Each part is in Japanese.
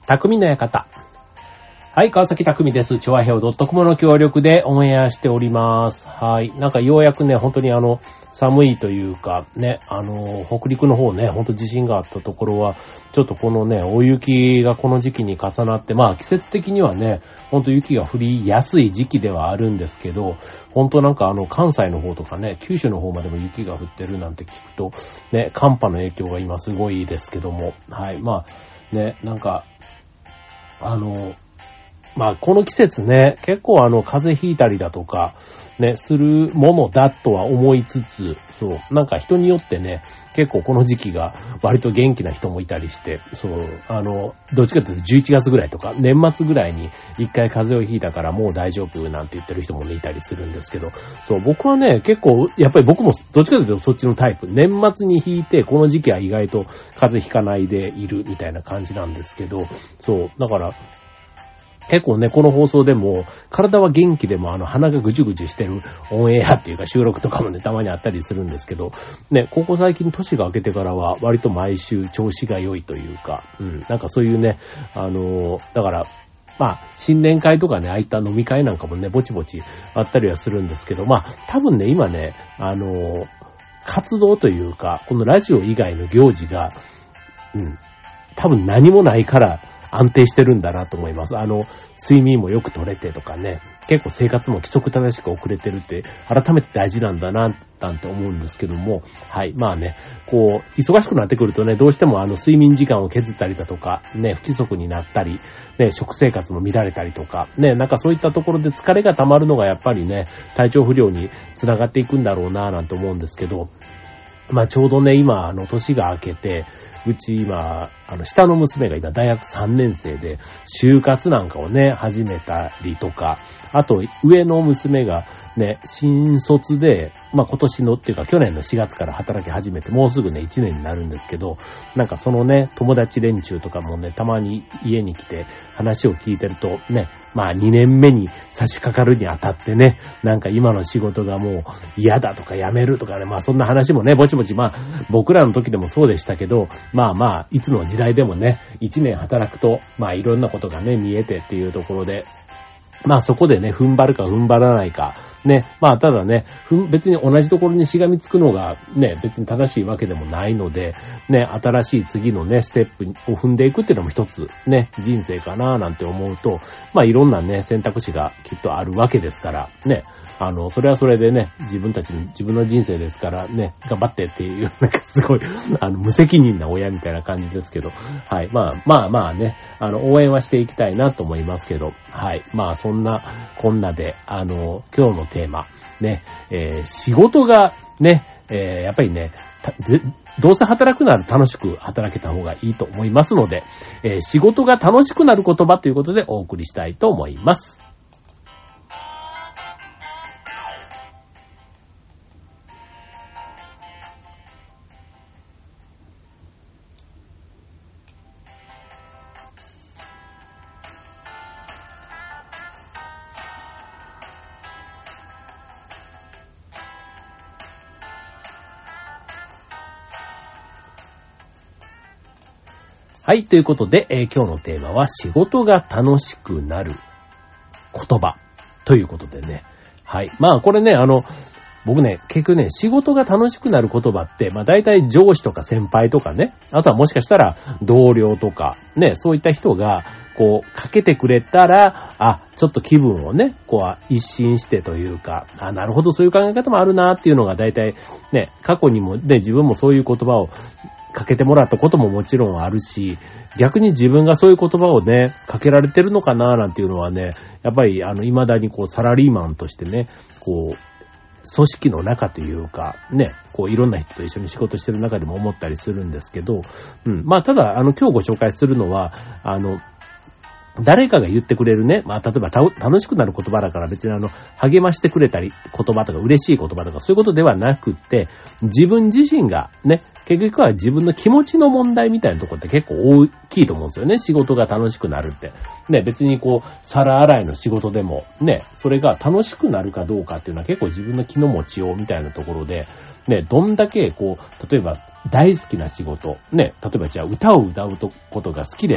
匠の館。はい、川崎匠です。チョアヘオ.comの協力でオンエアしております。はい。なんかようやくね、本当に寒いというか、ね、北陸の方ね、本当地震があったところは、ちょっとこのね、大雪がこの時期に重なって、まあ季節的にはね、本当雪が降りやすい時期ではあるんですけど、本当なんか関西の方とかね、九州の方までも雪が降ってるなんて聞くと、ね、寒波の影響が今すごいですけども、はい。まあ、ね、なんか、まあ、この季節ね、結構風邪ひいたりだとか、ね、するものだとは思いつつ、そう、なんか人によってね、結構この時期が割と元気な人もいたりして、そう、どっちかというと11月ぐらいとか、年末ぐらいに一回風邪をひいたからもう大丈夫なんて言ってる人もね、いたりするんですけど、そう、僕はね、結構、やっぱり僕もどっちかというとそっちのタイプ、年末にひいて、この時期は意外と風邪ひかないでいるみたいな感じなんですけど、そう、だから、結構ね、この放送でも、体は元気でも鼻がぐじゅぐじゅしてるオンエアっていうか収録とかもね、たまにあったりするんですけど、ね、ここ最近年が明けてからは割と毎週調子が良いというか、なんかそういうね、だから、まあ、新年会とかね、ああいった飲み会なんかもね、ぼちぼちあったりはするんですけど、まあ、多分ね、今ね、活動というか、このラジオ以外の行事が、多分何もないから、安定してるんだなと思います。睡眠もよく取れてとかね、結構生活も規則正しく遅れてるって、改めて大事なんだな、なんて思うんですけども、はい、まあね、こう、忙しくなってくるとね、どうしても睡眠時間を削ったりだとか、ね、不規則になったり、ね、食生活も乱れたりとか、ね、なんかそういったところで疲れが溜まるのがやっぱりね、体調不良につながっていくんだろうな、なんて思うんですけど、まあちょうどね、今、年が明けて、うち今、下の娘が今大学3年生で、就活なんかをね、始めたりとか、あと、上の娘がね、新卒で、まあ今年のっていうか去年の4月から働き始めて、もうすぐね、1年になるんですけど、なんかそのね、友達連中とかもね、たまに家に来て話を聞いてると、ね、まあ2年目に差し掛かるにあたってね、なんか今の仕事がもう嫌だとか辞めるとかね、まあそんな話もね、ぼちぼちまあ僕らの時でもそうでしたけど、まあまあ、いつの時代でもね、1年働くと、まあいろんなことがね、見えてっていうところで、まあそこでね、踏ん張るか踏ん張らないか、ね、まあただね、別に同じところにしがみつくのがね、別に正しいわけでもないので、ね、新しい次のね、ステップを踏んでいくっていうのも一つ、ね、人生かななんて思うと、まあいろんなね、選択肢がきっとあるわけですから、ね、それはそれでね、自分の人生ですからね、頑張ってっていう、なんかすごい、無責任な親みたいな感じですけど、はい、まあね、応援はしていきたいなと思いますけど、はい、まあそんな、こんなで、今日のテーマ、ね、仕事がね、やっぱりね、どうせ働くなら楽しく働けた方がいいと思いますので、仕事が楽しくなる言葉ということでお送りしたいと思います。はい、ということで、今日のテーマは仕事が楽しくなる言葉ということでね。はい。まあこれね、僕ね、結局ね、仕事が楽しくなる言葉って、まあ大体上司とか先輩とかね、あとはもしかしたら同僚とか、ね、そういった人が、こう、かけてくれたら、ちょっと気分をね、こう、一新してというか、なるほど、そういう考え方もあるなっていうのが大体、ね、過去にもね、自分もそういう言葉をかけてもらったことももちろんあるし、逆に自分がそういう言葉をね、かけられてるのかななんていうのはね、やっぱり未だにこうサラリーマンとしてね、こう、組織の中というか、ね、こういろんな人と一緒に仕事してる中でも思ったりするんですけど、まあただ今日ご紹介するのは、誰かが言ってくれるね、まあ例えば楽しくなる言葉だから別に励ましてくれたり言葉とか嬉しい言葉とかそういうことではなくって、自分自身がね、結局は自分の気持ちの問題みたいなところって結構大きいと思うんですよね。仕事が楽しくなるって。ね、別にこう、皿洗いの仕事でも、ね、それが楽しくなるかどうかっていうのは結構自分の気の持ちようみたいなところで、ね、どんだけこう、例えば大好きな仕事、ね、例えばじゃあ歌を歌うことが好きです。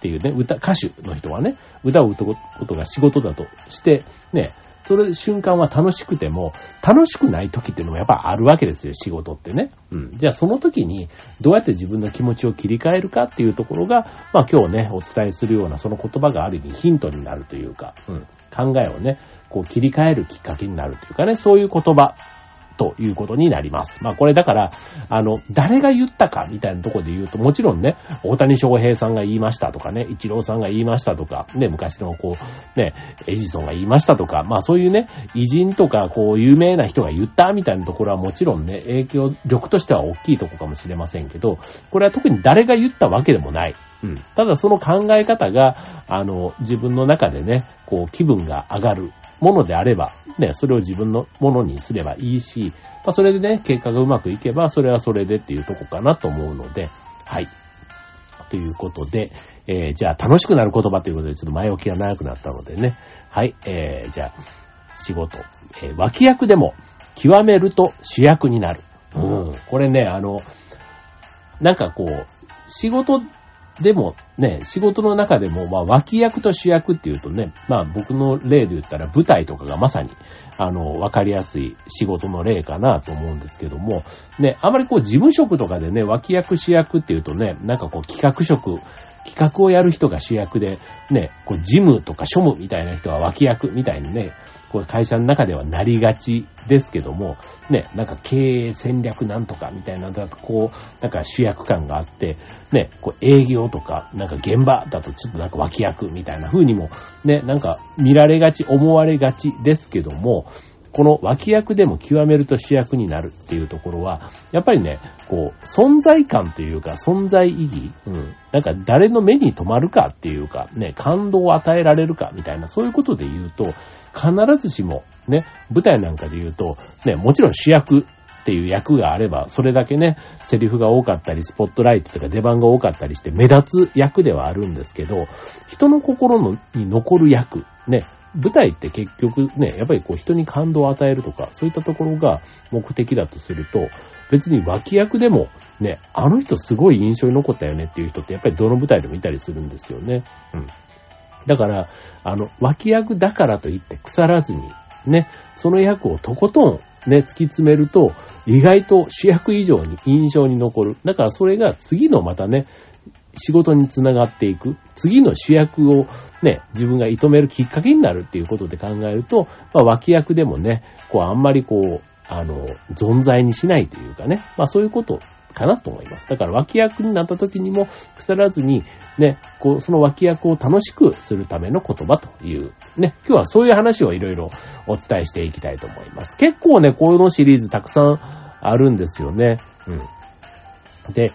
っていうね、歌手の人はね、歌を歌うことが仕事だとして、ね、それ瞬間は楽しくても、楽しくない時っていうのもやっぱあるわけですよ、仕事ってね。じゃあその時にどうやって自分の気持ちを切り替えるかっていうところが、まあ今日ね、お伝えするようなその言葉がある意味ヒントになるというか、考えをね、こう切り替えるきっかけになるというかね、そういう言葉ということになります。まあこれだから、誰が言ったかみたいなところで言うと、もちろんね、大谷翔平さんが言いましたとかね、イチローさんが言いましたとか、ね、昔のこう、ね、エジソンが言いましたとか、まあそういうね、偉人とかこう有名な人が言ったみたいなところはもちろんね、影響力としては大きいところかもしれませんけど、これは特に誰が言ったわけでもない。ただその考え方が、自分の中でね、こう気分が上がるものであれば、ね、それを自分のものにすればいいし、まあそれでね、結果がうまくいけば、それはそれでっていうとこかなと思うので、はい。ということで、じゃあ楽しくなる言葉ということで、ちょっと前置きが長くなったのでね、はい、じゃあ、仕事、脇役でも極めると主役になる。これね、なんかこう、仕事でもね、仕事の中でも、まあ、脇役と主役っていうとね、まあ、僕の例で言ったら舞台とかがまさに、わかりやすい仕事の例かなと思うんですけども、ね、あまりこう、事務職とかでね、脇役主役っていうとね、なんかこう、企画をやる人が主役で、ね、こう、事務とか庶務みたいな人は脇役みたいにね、こう会社の中ではなりがちですけども、ね、なんか経営戦略なんとかみたいな、こう、なんか主役感があって、ね、こう営業とか、なんか現場だとちょっとなんか脇役みたいな風にも、ね、なんか見られがち、思われがちですけども、この脇役でも極めると主役になるっていうところは、やっぱりね、こう、存在感というか、存在意義、なんか誰の目に留まるかっていうか、ね、感動を与えられるかみたいな、そういうことで言うと、必ずしも、ね、舞台なんかで言うと、ね、もちろん主役っていう役があれば、それだけね、セリフが多かったり、スポットライトとか出番が多かったりして、目立つ役ではあるんですけど、人の心に残る役、ね、舞台って結局ね、やっぱりこう人に感動を与えるとか、そういったところが目的だとすると、別に脇役でも、ね、あの人すごい印象に残ったよねっていう人ってやっぱりどの舞台でもいたりするんですよね。だから、脇役だからといって腐らずに、ね、その役をとことん、ね、突き詰めると、意外と主役以上に印象に残る。だからそれが次のまたね、仕事につながっていく。次の主役をね、自分が射止めるきっかけになるっていうことで考えると、まあ脇役でもね、こうあんまりこう、存在にしないというかね、まあそういうことかなと思います。だから脇役になった時にも腐らずに、ね、こう、その脇役を楽しくするための言葉という、ね、今日はそういう話をいろいろお伝えしていきたいと思います。結構ね、このシリーズたくさんあるんですよね。で、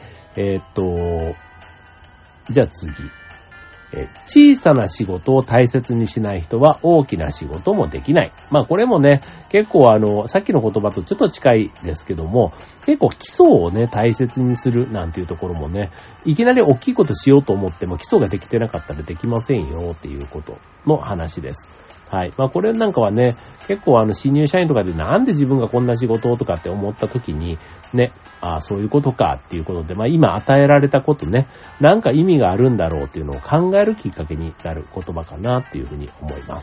じゃあ次。小さな仕事を大切にしない人は大きな仕事もできない。まあこれもね、結構さっきの言葉とちょっと近いですけども、結構基礎をね、大切にするなんていうところもね、いきなり大きいことしようと思っても基礎ができてなかったらできませんよっていうことの話です。はい。まあこれなんかはね、結構新入社員とかでなんで自分がこんな仕事とかって思った時に、ね、そういうことかっていうことで、まあ今与えられたことね、なんか意味があるんだろうっていうのを考えるきっかけになる言葉かなっていうふうに思います。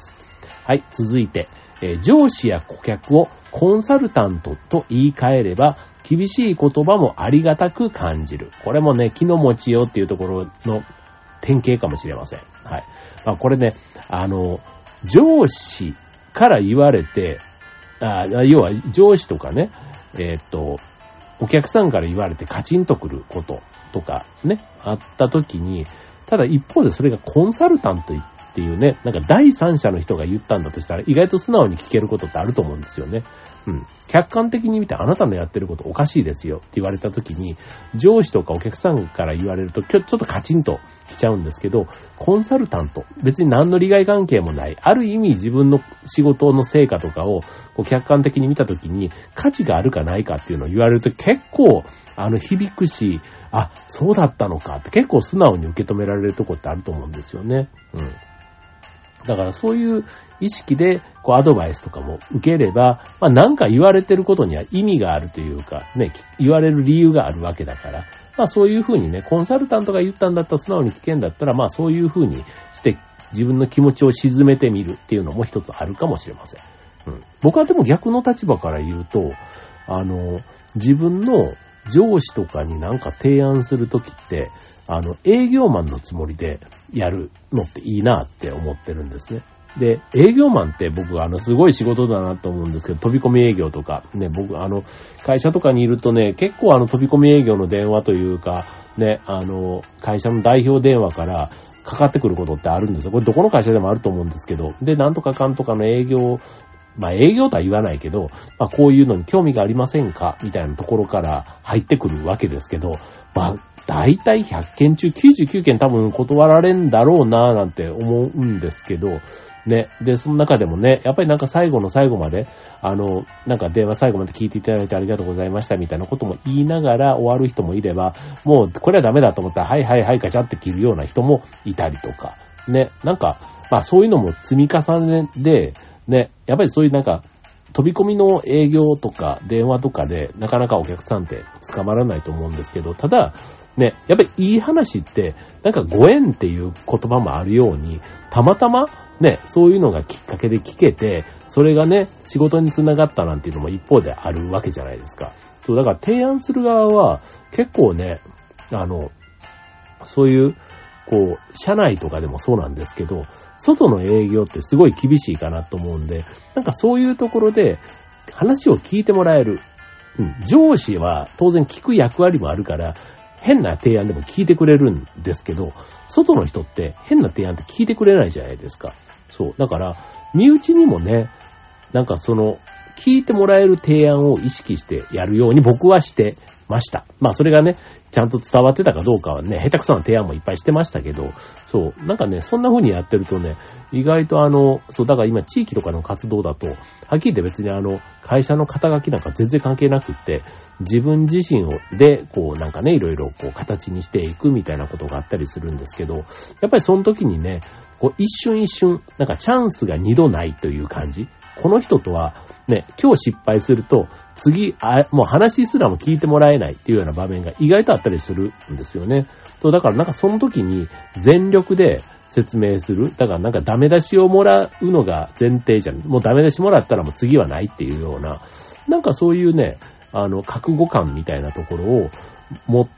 はい。続いて、上司や顧客をコンサルタントと言い換えれば、厳しい言葉もありがたく感じる。これもね、気の持ちようっていうところの典型かもしれません。はい。まあこれね、上司から言われて、要は上司とかね、お客さんから言われてカチンとくることとかね、あった時に、ただ一方でそれがコンサルタントっていうね、なんか第三者の人が言ったんだとしたら意外と素直に聞けることってあると思うんですよね。客観的に見てあなたのやってることおかしいですよって言われた時に、上司とかお客さんから言われるとちょっとカチンときちゃうんですけど、コンサルタント、別に何の利害関係もない、ある意味自分の仕事の成果とかをこう客観的に見た時に価値があるかないかっていうのを言われると結構響くし、そうだったのかって結構素直に受け止められるとこってあると思うんですよね。 だからそういう意識で、アドバイスとかも受ければ、なんか言われてることには意味があるというか、ね、言われる理由があるわけだから、そういうふうにね、コンサルタントが言ったんだったら素直に聞けんだったら、そういうふうにして自分の気持ちを沈めてみるっていうのも一つあるかもしれません。僕はでも逆の立場から言うと、自分の上司とかになんか提案するときって、営業マンのつもりでやるのっていいなって思ってるんですね。で、営業マンって僕すごい仕事だなと思うんですけど、飛び込み営業とか、ね、僕会社とかにいるとね、結構飛び込み営業の電話というか、ね、会社の代表電話からかかってくることってあるんですよ。これどこの会社でもあると思うんですけど、で、なんとかかんとかの営業、営業とは言わないけど、こういうのに興味がありませんかみたいなところから入ってくるわけですけど、だいたい100件中99件多分断られんだろうななんて思うんですけど、ね。で、その中でもね、やっぱりなんか最後の最後まで、なんか電話最後まで聞いていただいてありがとうございましたみたいなことも言いながら終わる人もいれば、もうこれはダメだと思ったら、はいはいはいガチャって切るような人もいたりとか、ね。なんか、そういうのも積み重ねで、ね、やっぱりそういうなんか、飛び込みの営業とか電話とかでなかなかお客さんって捕まらないと思うんですけど、ただ、ね、やっぱりいい話って、なんかご縁っていう言葉もあるように、たまたまね、そういうのがきっかけで聞けて、それがね、仕事につながったなんていうのも一方であるわけじゃないですか。そう、だから提案する側は結構ね、そういう、社内とかでもそうなんですけど、外の営業ってすごい厳しいかなと思うんで、なんかそういうところで話を聞いてもらえる。上司は当然聞く役割もあるから、変な提案でも聞いてくれるんですけど、外の人って変な提案って聞いてくれないじゃないですか。そう。だから、身内にもね、なんか聞いてもらえる提案を意識してやるように僕はしてました。それがね、ちゃんと伝わってたかどうかはね、下手くそな提案もいっぱいしてましたけど、そう、なんかね、そんな風にやってるとね、意外とそう、だから今地域とかの活動だと、はっきり言って別に会社の肩書きなんか全然関係なくって、自分自身で、なんかね、いろいろ形にしていくみたいなことがあったりするんですけど、やっぱりその時にね、一瞬一瞬、なんかチャンスが二度ないという感じ。この人とは、ね、今日失敗すると、次、もう話すらも聞いてもらえないっていうような場面が意外とあったりするんですよね。そう、だからなんかその時に全力で説明する。だからなんかダメ出しをもらうのが前提じゃん。もうダメ出しもらったらもう次はないっていうような、なんかそういうね、覚悟感みたいなところを持って、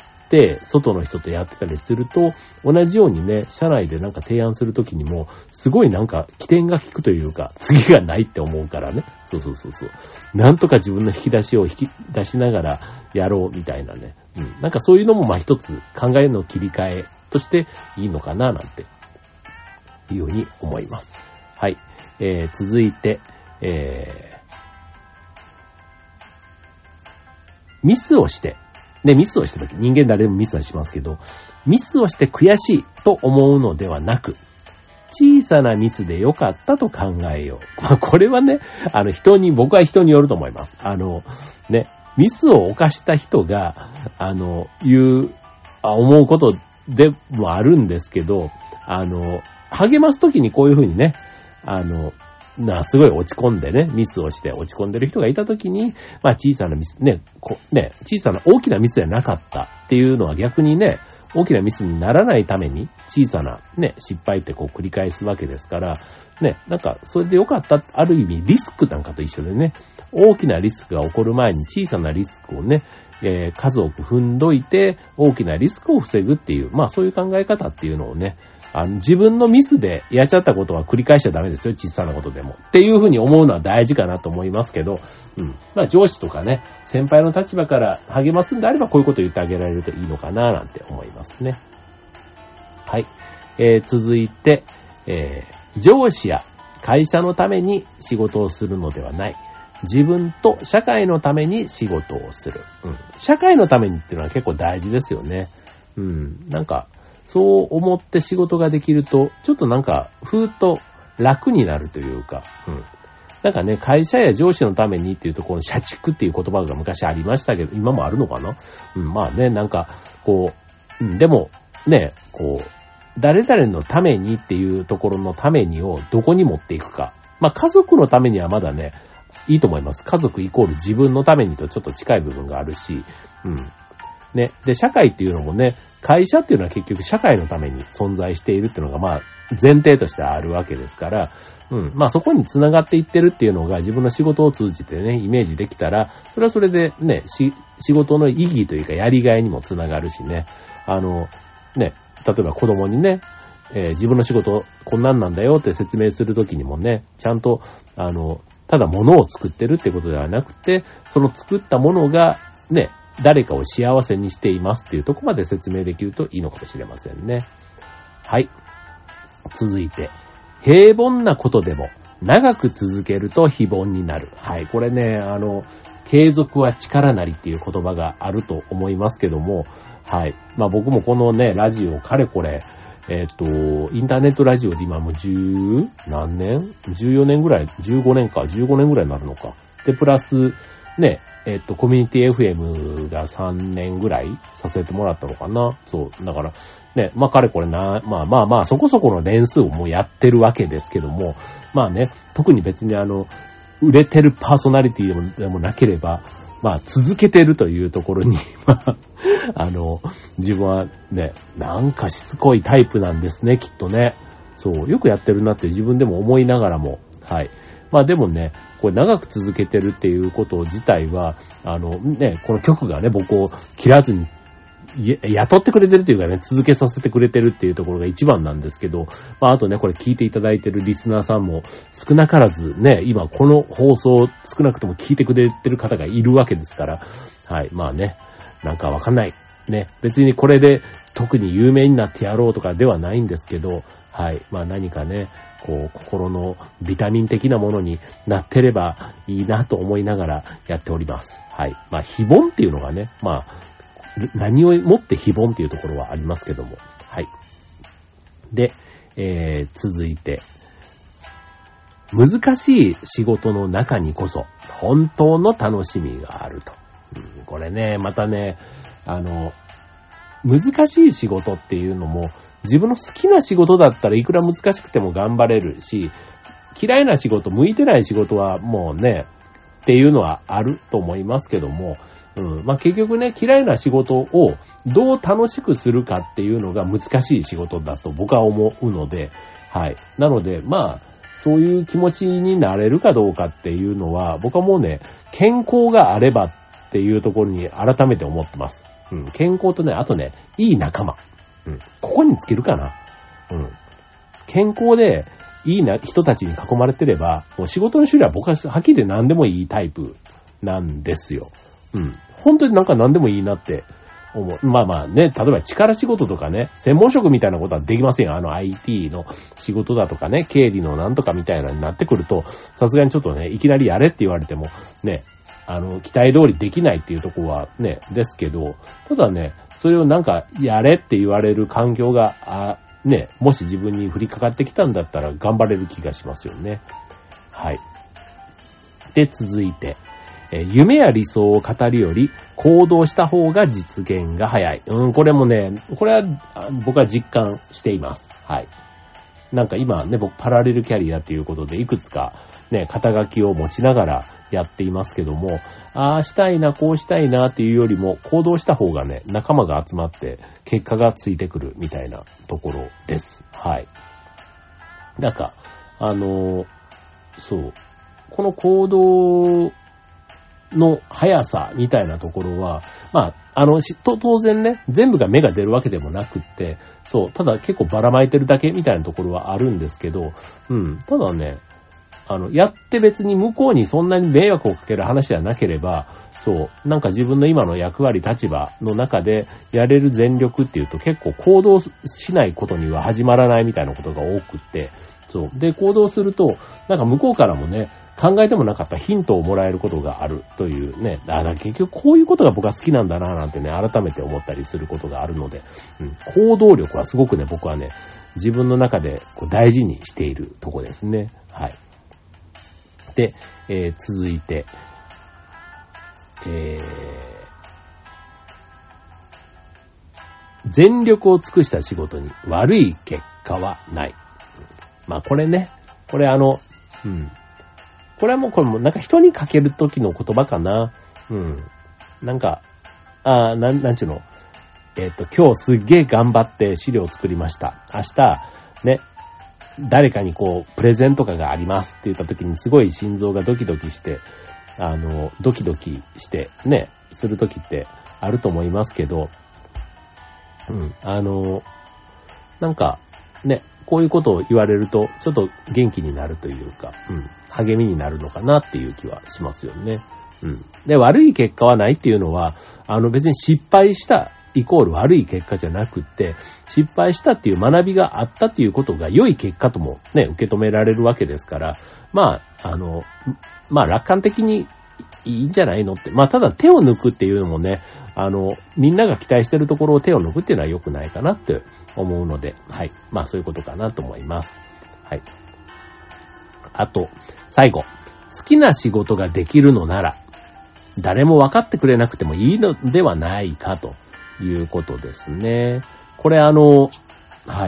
外の人とやってたりすると、同じようにね、社内でなんか提案するときにも、すごいなんか起点が効くというか、次がないって思うからね。そう。なんとか自分の引き出しを引き出しながらやろうみたいなね。なんかそういうのも一つ考えの切り替えとしていいのかななんていうように思います。はい。続いて、ミスをして、ね、ミスをしたとき、人間誰でもミスはしますけど、ミスをして悔しいと思うのではなく、小さなミスで良かったと考えよう。これはね、僕は人によると思います。ね、ミスを犯した人が、思うことでもあるんですけど、励ますときにこういうふうにね、すごい落ち込んでね、ミスをして落ち込んでる人がいたときに、小さなミス、小さな大きなミスじゃなかったっていうのは逆にね、大きなミスにならないために小さなね、失敗って繰り返すわけですから、ね、なんかそれでよかった、ある意味リスクなんかと一緒でね、大きなリスクが起こる前に小さなリスクをね、数多く踏んどいて大きなリスクを防ぐっていう、そういう考え方っていうのをね、自分のミスでやっちゃったことは繰り返しちゃダメですよ、小さなことでも。っていうふうに思うのは大事かなと思いますけど、上司とかね、先輩の立場から励ますんであればこういうことを言ってあげられるといいのかななんて思いますね。はい。続いて、上司や会社のために仕事をするのではない。自分と社会のために仕事をする。社会のためにっていうのは結構大事ですよね。なんか、そう思って仕事ができると、ちょっとなんか、ふーっと楽になるというか、なんかね、会社や上司のためにっていうと、この社畜っていう言葉が昔ありましたけど、今もあるのかな。なんか、でも、ね、 誰々のためにっていうところのためにをどこに持っていくか。まあ家族のためにはまだね、いいと思います。家族イコール自分のためにとちょっと近い部分があるし、ね。で、社会っていうのもね、会社っていうのは結局社会のために存在しているっていうのがまあ前提としてあるわけですから、まあそこに繋がっていってるっていうのが自分の仕事を通じてね、イメージできたら、それはそれでね、仕事の意義というかやりがいにも繋がるしね、ね、例えば子供にね、自分の仕事こんなんなんだよって説明するときにもね、ちゃんと、ただ物を作ってるってことではなくて、その作ったものがね、誰かを幸せにしていますっていうところまで説明できるといいのかもしれませんね。はい。続いて、平凡なことでも長く続けると非凡になる。はい。これね、継続は力なりっていう言葉があると思いますけども、はい。まあ僕もこのね、ラジオかれこれ、インターネットラジオで今もう10何年 ?14 年ぐらい、15年か、15年ぐらいになるのか。で、プラス、ね、コミュニティ FM が3年ぐらいさせてもらったのかな。そう。だから、ね、まあ、かれこれまあ、そこそこの年数をもうやってるわけですけども、まあね、特に別に売れてるパーソナリティでもなければ、まあ、続けてるというところに、まあ、自分はね、なんかしつこいタイプなんですね、きっとね。そう、よくやってるなって自分でも思いながらも、はい。まあでもね、これ長く続けてるっていうこと自体は、ね、この曲がね、僕を切らずに雇ってくれてるというかね、続けさせてくれてるっていうところが一番なんですけど、まああとね、これ聞いていただいてるリスナーさんも少なからずね、今この放送少なくとも聞いてくれてる方がいるわけですから、はい、まあね、なんかわかんない。ね、別にこれで特に有名になってやろうとかではないんですけど、はい、まあ何かね、こう、心のビタミン的なものになってればいいなと思いながらやっております。はい。まあ、非凡っていうのがね、まあ、何をもって非凡っていうところはありますけども。はい。で、続いて、難しい仕事の中にこそ本当の楽しみがあると。これね、またね、難しい仕事っていうのも、自分の好きな仕事だったらいくら難しくても頑張れるし、嫌いな仕事、向いてない仕事はもうね、っていうのはあると思いますけども、まあ結局ね、嫌いな仕事をどう楽しくするかっていうのが難しい仕事だと僕は思うので、はい。なので、まあ、そういう気持ちになれるかどうかっていうのは、僕はもうね、健康があればっていうところに改めて思ってます。健康とね、あとね、いい仲間。ここに尽きるかな。健康でいいな人たちに囲まれてれば、もう仕事の種類は僕ははっきりで何でもいいタイプなんですよ。本当になんか何でもいいなって思う。まあまあね、例えば力仕事とかね、専門職みたいなことはできませんよ。IT の仕事だとかね、経理のなんとかみたいなのになってくると、さすがにちょっとね、いきなりやれって言われても、ね、期待通りできないっていうところはね、ですけど、ただね、それをなんかやれって言われる環境が、ね、もし自分に降りかかってきたんだったら頑張れる気がしますよね。はい。で、続いて、夢や理想を語るより行動した方が実現が早い。これもね、これは僕は実感しています。はい。なんか今ね、僕パラレルキャリアっていうことでいくつかね、肩書きを持ちながらやっていますけども、ああしたいな、こうしたいなっていうよりも行動した方がね、仲間が集まって結果がついてくるみたいなところです。はい。なんか、そう。この行動の速さみたいなところは、まあ、当然ね、全部が芽が出るわけでもなくって、そう、ただ結構ばらまいてるだけみたいなところはあるんですけど、ただね、やって別に向こうにそんなに迷惑をかける話ではなければ、そう、なんか自分の今の役割立場の中でやれる全力っていうと結構行動しないことには始まらないみたいなことが多くって、そう。で、行動すると、なんか向こうからもね、考えてもなかったヒントをもらえることがあるというね、結局こういうことが僕は好きなんだななんてね、改めて思ったりすることがあるので、行動力はすごくね、僕はね、自分の中でこう大事にしているとこですね。はい。で、続いて、 全力を尽くした仕事に悪い結果はない。まあこれね、これこれもなんか人にかけるときの言葉かな。なんか、なんちゅうの。今日すっげー頑張って資料を作りました。明日、ね、誰かにこう、プレゼントがありますって言ったときにすごい心臓がドキドキして、ドキドキしてね、するときってあると思いますけど、なんか、ね、こういうことを言われると、ちょっと元気になるというか、励みになるのかなっていう気はしますよね。で、悪い結果はないっていうのは、別に失敗したイコール悪い結果じゃなくって、失敗したっていう学びがあったっていうことが良い結果ともね、受け止められるわけですから、楽観的にいいんじゃないのって。ただ手を抜くっていうのもね、みんなが期待してるところを手を抜くっていうのは良くないかなって思うので、はい。そういうことかなと思います。はい。あと、最後。好きな仕事ができるのなら、誰も分かってくれなくてもいいのではないかということですね。これはい。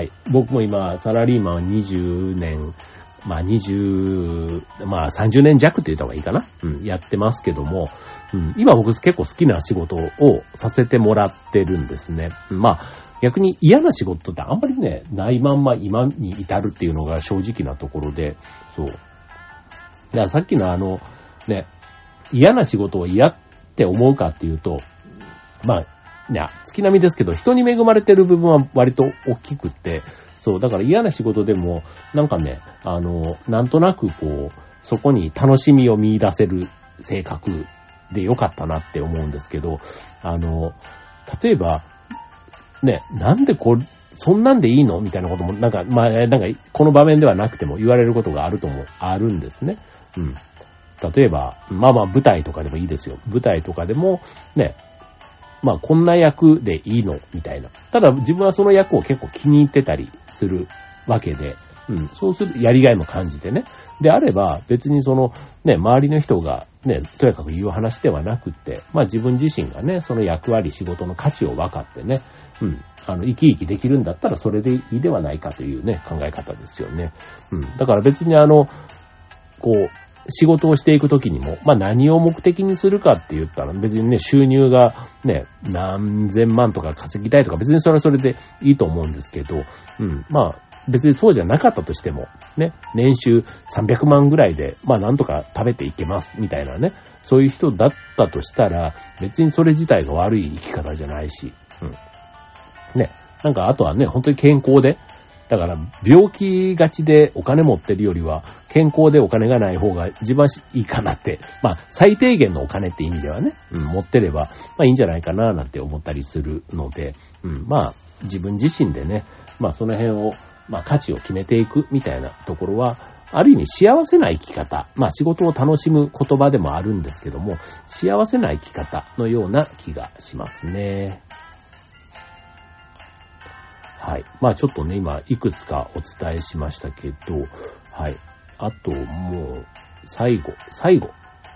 僕も今、サラリーマン20年、30年弱って言った方がいいかな。やってますけども、今僕結構好きな仕事をさせてもらってるんですね。逆に嫌な仕事ってあんまりね、ないまんま今に至るっていうのが正直なところで、そう。だからさっきの嫌な仕事を嫌って思うかっていうと、月並みですけど、人に恵まれてる部分は割と大きくって、そう、だから嫌な仕事でも、なんかね、なんとなくこう、そこに楽しみを見出せる性格でよかったなって思うんですけど、例えば、ね、なんでそんなんでいいのみたいなことも、この場面ではなくても言われることがあるんですね。例えば、舞台とかでもいいですよ。舞台とかでも、ね、こんな役でいいのみたいな。ただ自分はその役を結構気に入ってたりするわけで、そうするやりがいも感じてね。であれば別に周りの人がね、とやかく言う話ではなくって、自分自身がね、その役割、仕事の価値を分かってね、生き生きできるんだったらそれでいいではないかというね、考え方ですよね。だから別に仕事をしていくときにも、何を目的にするかって言ったら、別にね、収入がね、何千万とか稼ぎたいとか、別にそれはそれでいいと思うんですけど、別にそうじゃなかったとしても、ね、年収300万ぐらいで、なんとか食べていけます、みたいなね、そういう人だったとしたら、別にそれ自体が悪い生き方じゃないし、ね、あとはね、本当に健康で、だから病気がちでお金持ってるよりは健康でお金がない方が自分はいいかなって、最低限のお金って意味ではね、持ってればいいんじゃないかななんて思ったりするので、自分自身でね、その辺を価値を決めていくみたいなところはある意味幸せな生き方、仕事を楽しむ言葉でもあるんですけども、幸せな生き方のような気がしますね。はい。ちょっとね、今、いくつかお伝えしましたけど、はい。あと、もう、最後。も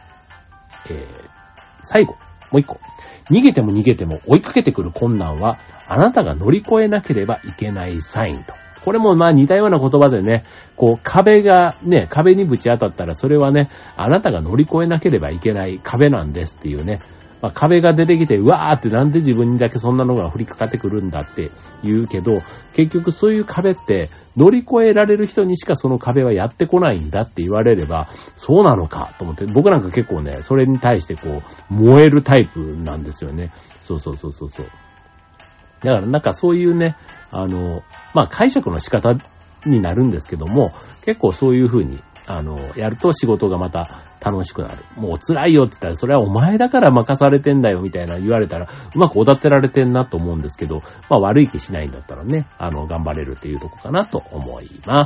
う一個。逃げても逃げても追いかけてくる困難は、あなたが乗り越えなければいけないサインと。これも似たような言葉でね、壁にぶち当たったら、それはね、あなたが乗り越えなければいけない壁なんですっていうね、壁が出てきて、うわーってなんで自分にだけそんなのが降りかかってくるんだって言うけど、結局そういう壁って乗り越えられる人にしかその壁はやってこないんだって言われれば、そうなのかと思って、僕なんか結構ね、それに対して燃えるタイプなんですよね。そう。だからそういうね、解釈の仕方になるんですけども、結構そういう風にやると仕事がまた楽しくなる。もう辛いよって言ったら、それはお前だから任されてんだよみたいな言われたら、うまくおだてられてんなと思うんですけど、悪い気しないんだったらね、頑張れるっていうとこかなと思います。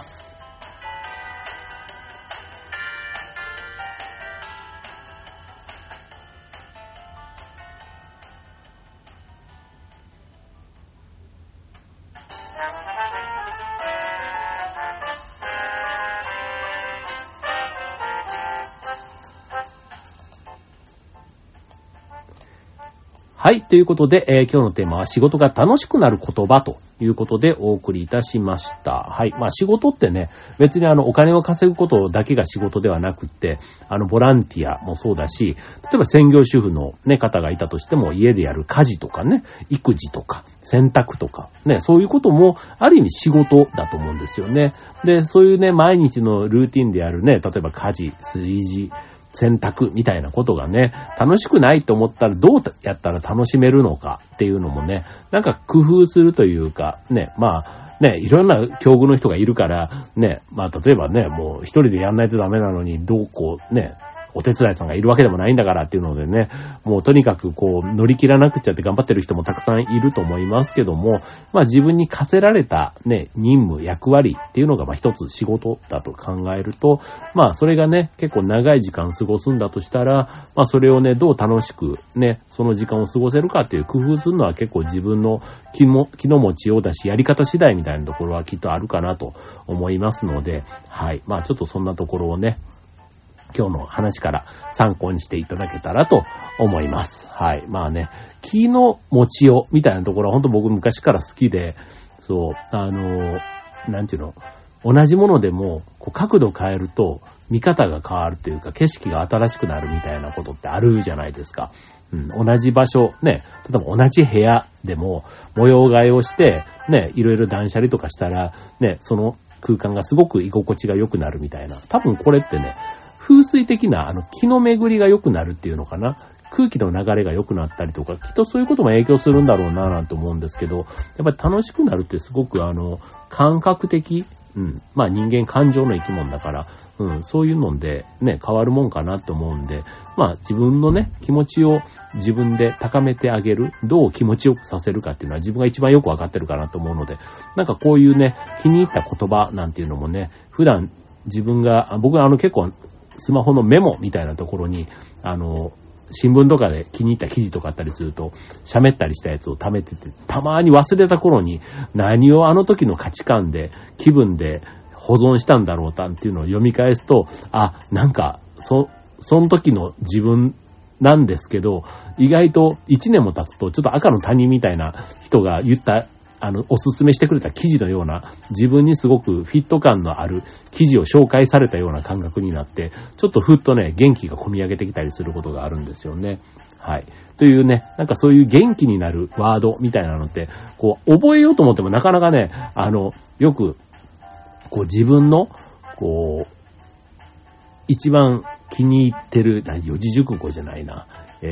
はい。ということで、今日のテーマは仕事が楽しくなる言葉ということでお送りいたしました。はい。まあ仕事ってね、別にお金を稼ぐことだけが仕事ではなくって、ボランティアもそうだし、例えば専業主婦のね、方がいたとしても家でやる家事とかね、育児とか、洗濯とか、ね、そういうこともある意味仕事だと思うんですよね。で、そういうね、毎日のルーティンでやるね、例えば家事、炊事、選択みたいなことがね、楽しくないと思ったらどうやったら楽しめるのかっていうのもね、なんか工夫するというか、ね、まあ、ね、いろんな境遇の人がいるから、ね、まあ例えばね、もう一人でやんないとダメなのに、どうこうね、お手伝いさんがいるわけでもないんだからっていうのでね、もうとにかくこう乗り切らなくちゃって頑張ってる人もたくさんいると思いますけども、まあ自分に課せられたね、任務、役割っていうのがまあ一つ仕事だと考えると、まあそれがね、結構長い時間過ごすんだとしたら、まあそれをね、どう楽しくね、その時間を過ごせるかっていう工夫するのは結構自分の気の持ちようだし、やり方次第みたいなところはきっとあるかなと思いますので、はい。まあちょっとそんなところをね、今日の話から参考にしていただけたらと思います。はい。まあね、気の持ちようみたいなところは本当僕昔から好きで、そう、なんていうの、同じものでもこう角度変えると見方が変わるというか景色が新しくなるみたいなことってあるじゃないですか。うん、同じ場所、ね、例えば同じ部屋でも模様替えをして、ね、いろいろ断捨離とかしたら、ね、その空間がすごく居心地が良くなるみたいな。多分これってね、風水的な気の巡りが良くなるっていうのかな。空気の流れが良くなったりとか、きっとそういうことも影響するんだろうななんて思うんですけど、やっぱり楽しくなるってすごく感覚的、うん、まあ人間感情の生き物だから、うん、そういうのでね、変わるもんかなと思うんで、まあ自分のね、気持ちを自分で高めてあげる、どう気持ちよくさせるかっていうのは自分が一番よくわかってるかなと思うので、なんかこういうね、気に入った言葉なんていうのもね、普段僕は結構スマホのメモみたいなところに、新聞とかで気に入った記事とかあったりすると、喋ったりしたやつを貯めてて、たまに忘れた頃に何をあの時の価値観で、気分で保存したんだろうたんっていうのを読み返すと、あ、なんか、その時の自分なんですけど、意外と1年も経つとちょっと赤の他人みたいな人が言ったおすすめしてくれた記事のような、自分にすごくフィット感のある記事を紹介されたような感覚になって、ちょっとふっとね、元気が込み上げてきたりすることがあるんですよね。はい。というね、なんかそういう元気になるワードみたいなのって、こう、覚えようと思ってもなかなかね、よく、こう自分の、こう、一番気に入ってる、四字熟語じゃないな。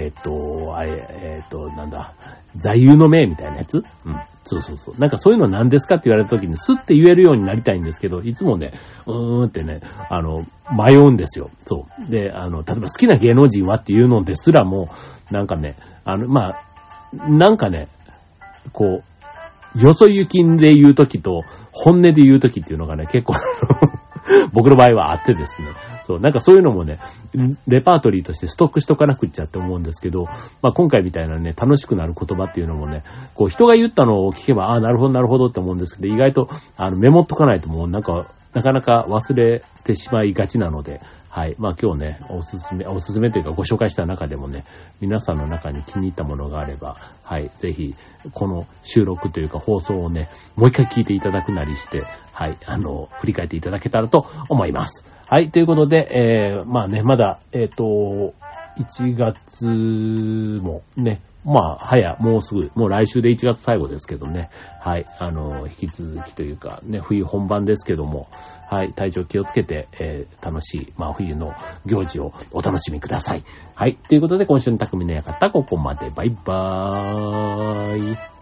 なんだ、座右の銘みたいなやつ？うん。そう。なんかそういうのは何ですかって言われた時にスッて言えるようになりたいんですけど、いつもね、ってね、迷うんですよ。そう。で、例えば好きな芸能人はっていうのですらも、なんかね、なんかね、こう、よそ行きで言う時と、本音で言う時っていうのがね、結構僕の場合はあってですね。そう、なんかそういうのもね、レパートリーとしてストックしとかなくっちゃって思うんですけど、まあ今回みたいなね、楽しくなる言葉っていうのもね、こう人が言ったのを聞けば、ああ、なるほどって思うんですけど、意外とメモっとかないともうなんか、なかなか忘れてしまいがちなので、はい。まあ今日ね、おすすめというかご紹介した中でもね、皆さんの中に気に入ったものがあれば、はい。ぜひ、この収録というか放送をね、もう一回聞いていただくなりして、はい。振り返っていただけたらと思います。はい。ということで、まあね、まだ、1月もね、まあ、もうすぐ、もう来週で1月最後ですけどね。はい。引き続きというか、ね、冬本番ですけども、はい。体調気をつけて、楽しい、まあ、冬の行事をお楽しみください。はい。ということで、今週の匠の館、ここまで。バイバーイ。